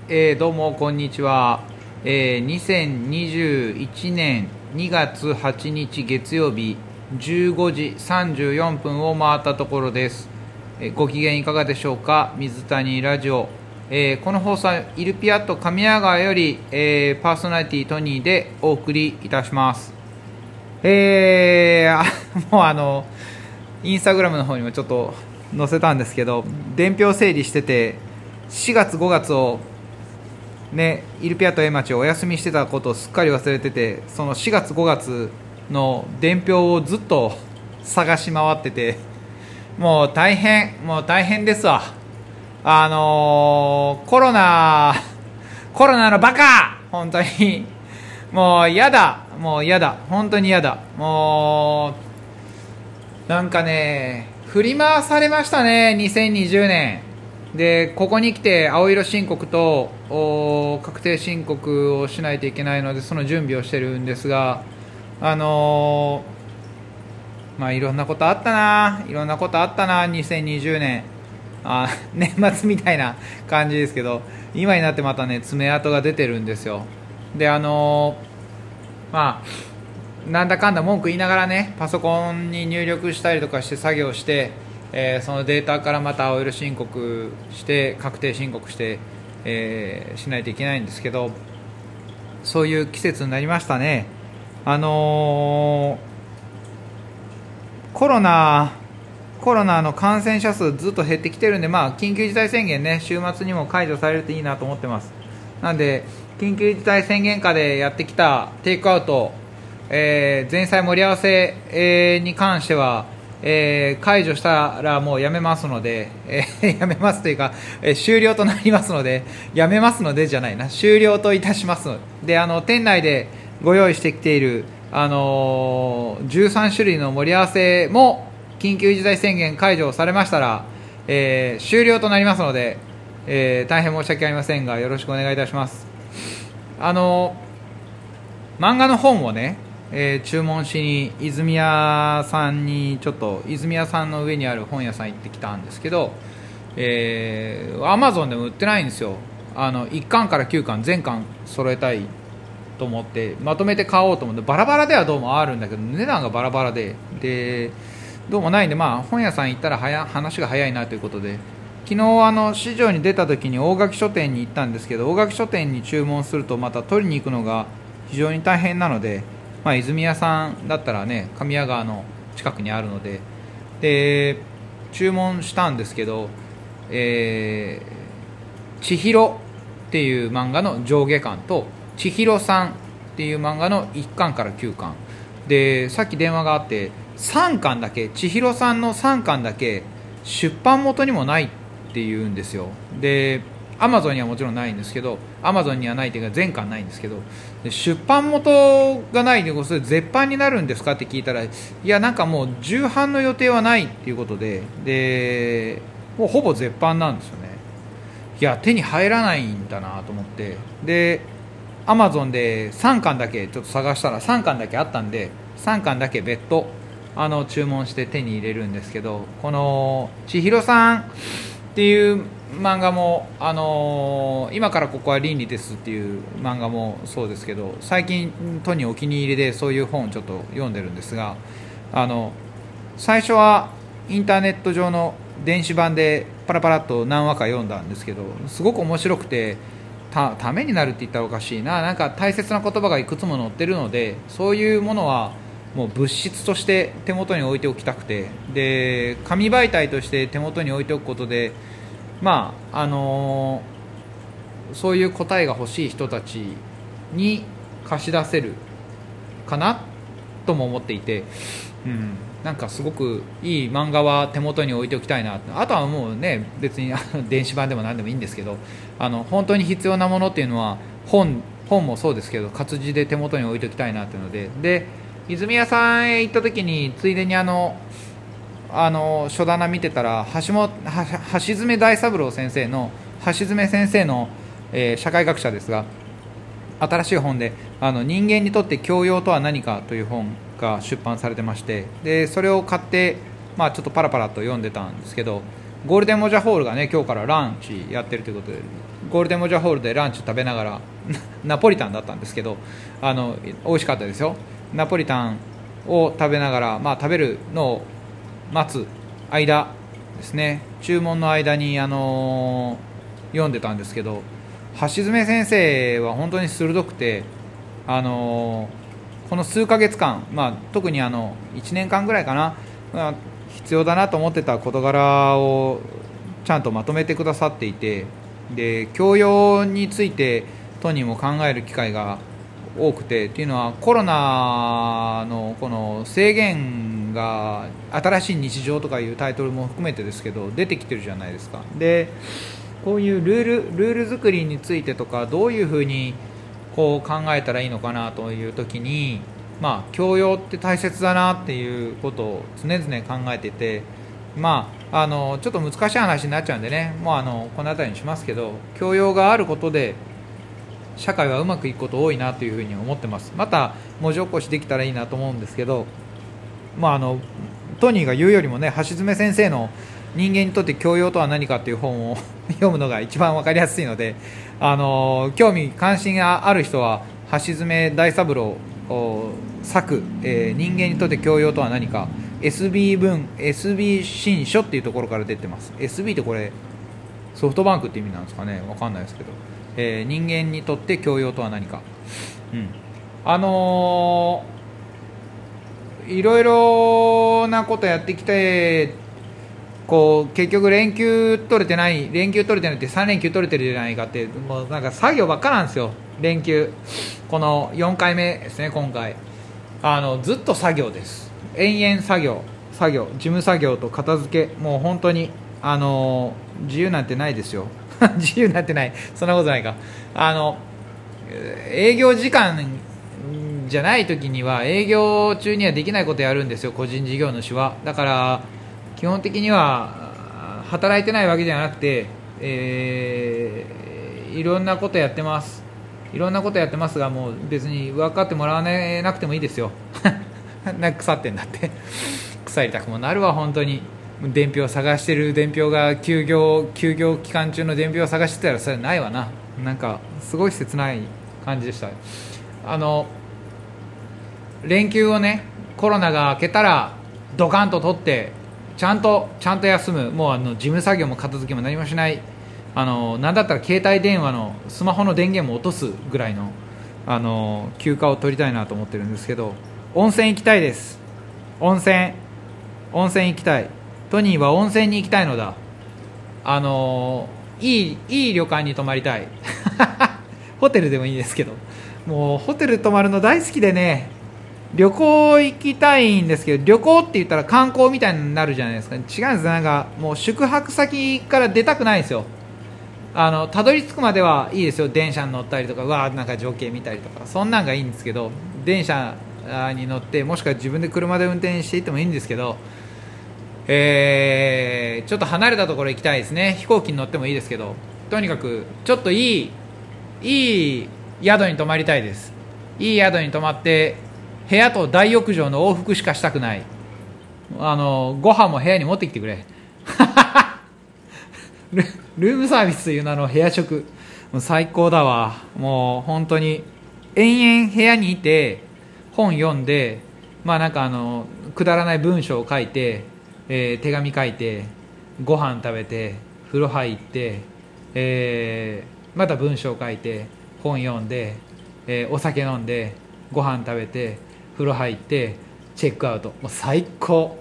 どうもこんにちは。2021年2月8日月曜日15時34分を回ったところです。ご機嫌いかがでしょうか。水谷ラジオ、この放送はイルピアット神谷川より、パーソナリティトニーでお送りいたします。もうインスタグラムの方にもちょっと載せたんですけど、伝票整理してて4月5月をね、イルピアット A 町をお休みしてたことをすっかり忘れてて、その4月5月の伝票をずっと探し回ってて、もう大変ですわ。コロナのバカ、本当にもうやだ、本当にやだ。もうなんかね、振り回されましたね、2020年で。ここに来て青色申告と確定申告をしないといけないので、その準備をしてるんですが、いろんなことあったな、2020年。年末みたいな感じですけど、今になってまたね、爪痕が出てるんですよ。で、なんだかんだ文句言いながらね、パソコンに入力したりとかして作業して、そのデータからまた青色申告して確定申告して、しないといけないんですけど、そういう季節になりましたね。コロナの感染者数ずっと減ってきてるんで、緊急事態宣言ね、週末にも解除されるといいなと思ってます。なんで緊急事態宣言下でやってきたテイクアウト、前菜盛り合わせ、に関しては、解除したらもうやめますので、やめますというか、終了となりますので、やめますのでじゃないな、終了といたしますので、店内でご用意してきている、13種類の盛り合わせも緊急事態宣言解除されましたら、終了となりますので、大変申し訳ありませんがよろしくお願いいたします。漫画の本をね、注文しに泉屋さんに、ちょっと泉屋さんの上にある本屋さん行ってきたんですけど、Amazon でも売ってないんですよ。1巻から9巻全巻揃えたいと思ってまとめて買おうと思って、バラバラではどうもあるんだけど値段がバラバラでどうもないんで、本屋さん行ったら話が早いなということで、昨日市場に出た時に大垣書店に行ったんですけど、大垣書店に注文するとまた取りに行くのが非常に大変なので、泉屋さんだったらね、神谷川の近くにあるので、注文したんですけど、千尋っていう漫画の上下巻と千尋さんっていう漫画の1巻から9巻で、さっき電話があって3巻だけ、千尋さんの3巻だけ出版元にもないっていうんですよ。でアマゾンにはもちろんないんですけど、アマゾンにはないというか全巻ないんですけど、出版元がないで、それ絶版になるんですかって聞いたら、いや、なんかもう重版の予定はないっていうことで、もうほぼ絶版なんですよね。いや、手に入らないんだなと思って、でアマゾンで3巻だけちょっと探したら3巻だけあったんで、3巻だけ別途注文して手に入れるんですけど、この千尋さんっていう漫画も、今からここは倫理ですっていう漫画もそうですけど、最近トニーお気に入りでそういう本をちょっと読んでるんですが、最初はインターネット上の電子版でパラパラっと何話か読んだんですけど、すごく面白くて、ためになるって言ったらおかしいな、なんか大切な言葉がいくつも載ってるので、そういうものはもう物質として手元に置いておきたくて、で紙媒体として手元に置いておくことで、そういう答えが欲しい人たちに貸し出せるかなとも思っていて、なんかすごくいい漫画は手元に置いておきたいな。あとはもうね、別に電子版でも何でもいいんですけど、本当に必要なものっていうのは本もそうですけど、活字で手元に置いておきたいなっていうので、泉屋さんへ行った時についでに書棚見てたら、橋爪大三郎先生の社会学者ですが、新しい本で人間にとって教養とは何かという本が出版されてまして、でそれを買って、ちょっとパラパラと読んでたんですけど、 ゴールデンモジャホールがね今日からランチやってるということで、ゴールデンモジャホールでランチ食べながらナポリタンだったんですけど、美味しかったですよ。ナポリタンを食べながら、食べるのを待つ間ですね、注文の間に、読んでたんですけど、橋爪先生は本当に鋭くて、この数ヶ月間、特に1年間ぐらいかな、必要だなと思ってた事柄をちゃんとまとめてくださっていて、で教養についてトニーも考える機会が多くて、っていうのはコロナのこの制限が新しい日常とかいうタイトルも含めてですけど出てきてるじゃないですか。でこういうルール作りについてとか、どういうふうにこう考えたらいいのかなという時に、教養って大切だなっていうことを常々考えていて、ちょっと難しい話になっちゃうんでね、もうこの辺りにしますけど、教養があることで社会はうまくいくこと多いなというふうに思ってます。また文字起こしできたらいいなと思うんですけど、トニーが言うよりもね、橋爪先生の人間にとって教養とは何かという本を読むのが一番分かりやすいので、興味関心がある人は橋爪大三郎作、人間にとって教養とは何か SB 新書っていうところから出てます。 SB ってこれソフトバンクって意味なんですかね、分かんないですけど、人間にとって教養とは何か、いろいろなことやってきて、結局連休取れてないって3連休取れてるじゃないかって、もうなんか作業ばっかなんですよ。連休この4回目ですね、今回ずっと作業です。延々作業、事務作業と片付け、もう本当に自由なんてないですよ自由なんてない、そんなことないか。営業時間じゃない時には営業中にはできないことやるんですよ、個人事業主は。だから基本的には働いてないわけじゃなくて、いろんなことやってますが、もう別に分かってもらわなくてもいいですよなんか腐ってんだって腐りたくもなるわ、本当に。伝票探してる、伝票が休業期間中の伝票を探してたらそれないわな。なんかすごい切ない感じでした。連休をね、コロナが明けたらドカンと取ってちゃんと休む。もう事務作業も片付けも何もしない。なんだったら携帯電話のスマホの電源も落とすぐらいの休暇を取りたいなと思ってるんですけど、温泉行きたいです。温泉行きたい。トニーは温泉に行きたいのだ。いい旅館に泊まりたいホテルでもいいですけど、もうホテル泊まるの大好きでね、旅行行きたいんですけど、旅行って言ったら観光みたいになるじゃないですか。違うんです。なんかもう宿泊先から出たくないんですよ。たどり着くまではいいですよ。電車に乗ったりとか、なんか情景見たりとか、そんなんがいいんですけど、電車に乗って、もしくは自分で車で運転していってもいいんですけど、ちょっと離れたところ行きたいですね。飛行機に乗ってもいいですけど、とにかくちょっといい宿に泊まりたいです。いい宿に泊まって部屋と大浴場の往復しかしたくない。ご飯も部屋に持ってきてくれルームサービスという名の部屋食、もう最高だわ。もう本当に延々部屋にいて本読んで、なんかくだらない文章を書いて、手紙書いて、ご飯食べて、風呂入って、また文章書いて、本読んで、お酒飲んで、ご飯食べて、風呂入って、チェックアウト。もう最高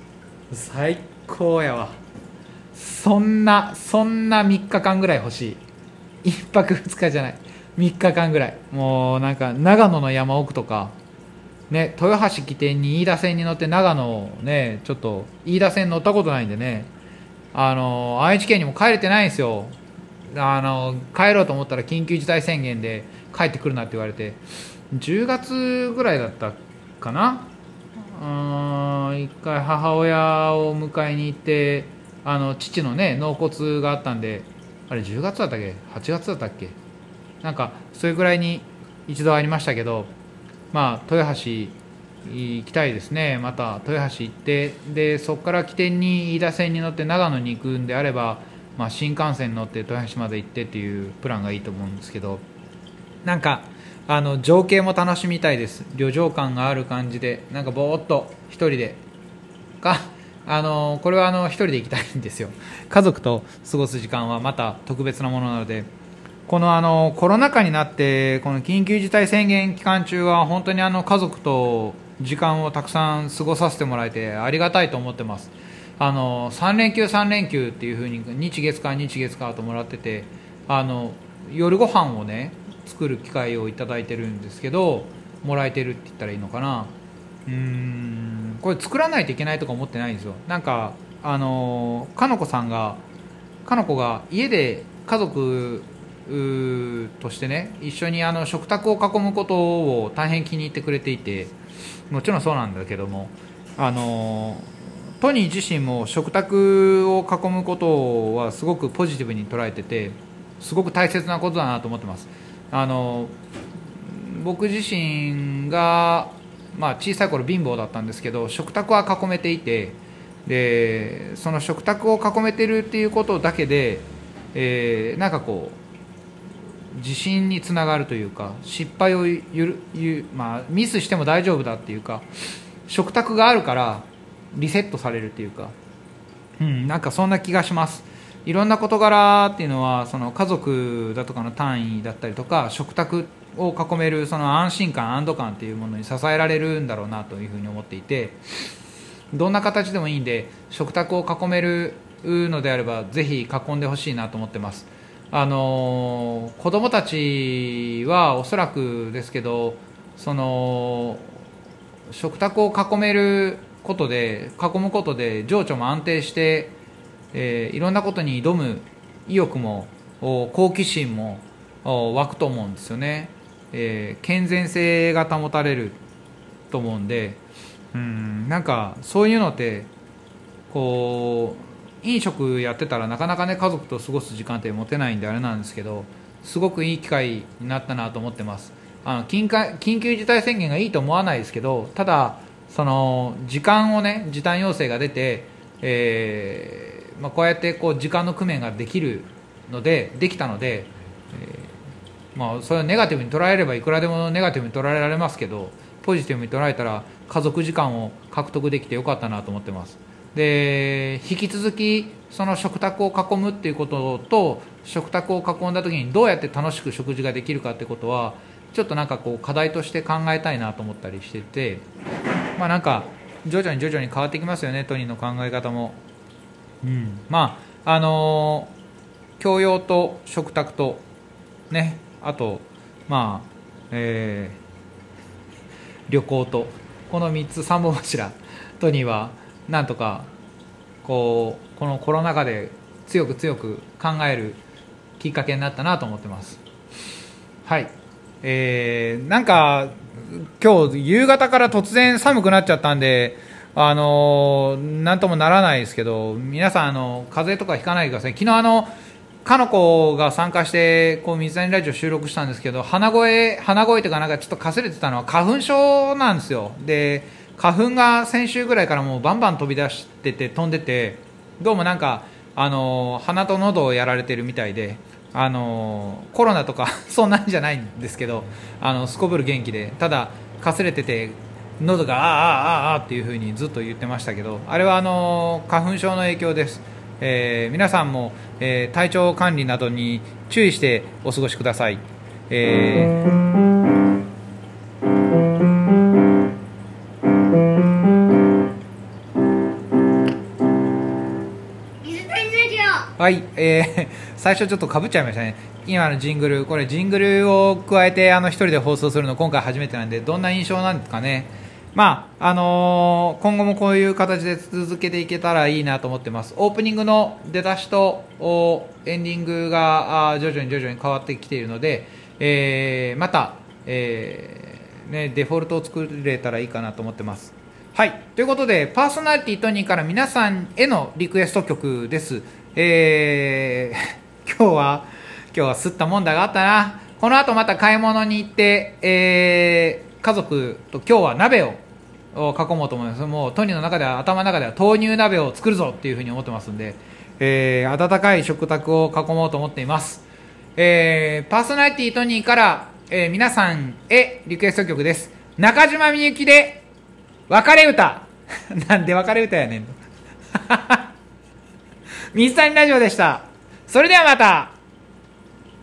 やわ。そんな3日間ぐらい欲しい。1泊2日じゃない、3日間ぐらい。もうなんか長野の山奥とかね、豊橋起点に飯田線に乗って長野をね、ちょっと飯田線乗ったことないんでね、愛知県にも帰れてないんですよ。帰ろうと思ったら緊急事態宣言で帰ってくるなって言われて、10月ぐらいだったかな。一回母親を迎えに行って、父のね納骨があったんで、あれ10月だったっけ8月だったっけ、なんかそれぐらいに一度ありましたけど、豊橋行きたいですね。また豊橋行って、でそこから起点に飯田線に乗って長野に行くんであれば、新幹線に乗って豊橋まで行ってっていうプランがいいと思うんですけど、なんか情景も楽しみたいです。旅情感がある感じで、なんかぼーっと一人でか、これは一人で行きたいんですよ。家族と過ごす時間はまた特別なものなので、このコロナ禍になってこの緊急事態宣言期間中は本当に家族と時間をたくさん過ごさせてもらえてありがたいと思ってます。3連休3連休っていう風に日月火ともらってて、夜ご飯をね作る機会をいただいてるんですけど、もらえてるって言ったらいいのかな。これ作らないといけないとか思ってないんですよ。なんかかの子が家で家族としてね一緒に食卓を囲むことを大変気に入ってくれていて、もちろんそうなんだけども、トニー自身も食卓を囲むことはすごくポジティブに捉えてて、すごく大切なことだなと思ってます。僕自身が、小さい頃貧乏だったんですけど、食卓は囲めていて、でその食卓を囲めてるっていうことだけで、なんかこう自信につながるというか、失敗をミスしても大丈夫だっていうか、食卓があるからリセットされるっていうか、なんかそんな気がします。いろんな事柄っていうのはその家族だとかの単位だったりとか、食卓を囲めるその安心感安堵感っていうものに支えられるんだろうなというふうに思っていて、どんな形でもいいんで食卓を囲めるのであればぜひ囲んでほしいなと思ってます。子どもたちはおそらくですけど、その食卓を囲むことで情緒も安定して、いろんなことに挑む意欲も好奇心も湧くと思うんですよね。健全性が保たれると思うんで、なんかそういうのってこう飲食やってたらなかなかね家族と過ごす時間って持てないんであれなんですけど、すごくいい機会になったなと思ってます。緊急事態宣言がいいと思わないですけど、ただその時短要請が出て、こうやってこう時間の工面ができたので、それをネガティブに捉えればいくらでもネガティブに捉えられますけど、ポジティブに捉えたら家族時間を獲得できてよかったなと思ってます。で引き続きその食卓を囲むっていうことと、食卓を囲んだ時にどうやって楽しく食事ができるかってことはちょっとなんかこう課題として考えたいなと思ったりしてて、なんか徐々に変わってきますよね、トニーの考え方も。教養と食卓とね、あと旅行と、この3つ3本柱、トニーはなんとかこのコロナ禍で強く考えるきっかけになったなと思ってます。はい、なんか今日夕方から突然寒くなっちゃったんで、なんともならないですけど、皆さん風邪とかひかないでください。昨日かの子が参加して水谷ラジオ収録したんですけど、鼻声というかなんかちょっとかすれてたのは花粉症なんですよ。で花粉が先週ぐらいからもうバンバン飛び出してて飛んでて、どうもなんか鼻と喉をやられてるみたいで、コロナとかそんなんじゃないんですけど、すこぶる元気で、ただかすれてて喉があーっていう風にずっと言ってましたけど、あれは花粉症の影響です。皆さんも、体調管理などに注意してお過ごしください。はい、最初ちょっとかぶっちゃいましたね。今のジングル、これジングルを加えて一人で放送するの今回初めてなんで、どんな印象なんですかね。今後もこういう形で続けていけたらいいなと思ってます。オープニングの出だしとエンディングが徐々に変わってきているので、また、デフォルトを作れたらいいかなと思ってます。はい、ということでパーソナリティトニーから皆さんへのリクエスト曲です。今日は吸ったもんだがあったな。この後また買い物に行って、家族と今日は鍋をを囲もうと思います。もうトニーの中では、頭の中では豆乳鍋を作るぞっていうふうに思ってますんで、温かい食卓を囲もうと思っています。パーソナリティトニーから、皆さんへリクエスト曲です。中島みゆきで別れ歌なんで別れ歌やねんと水谷ラジオでした。それではまた。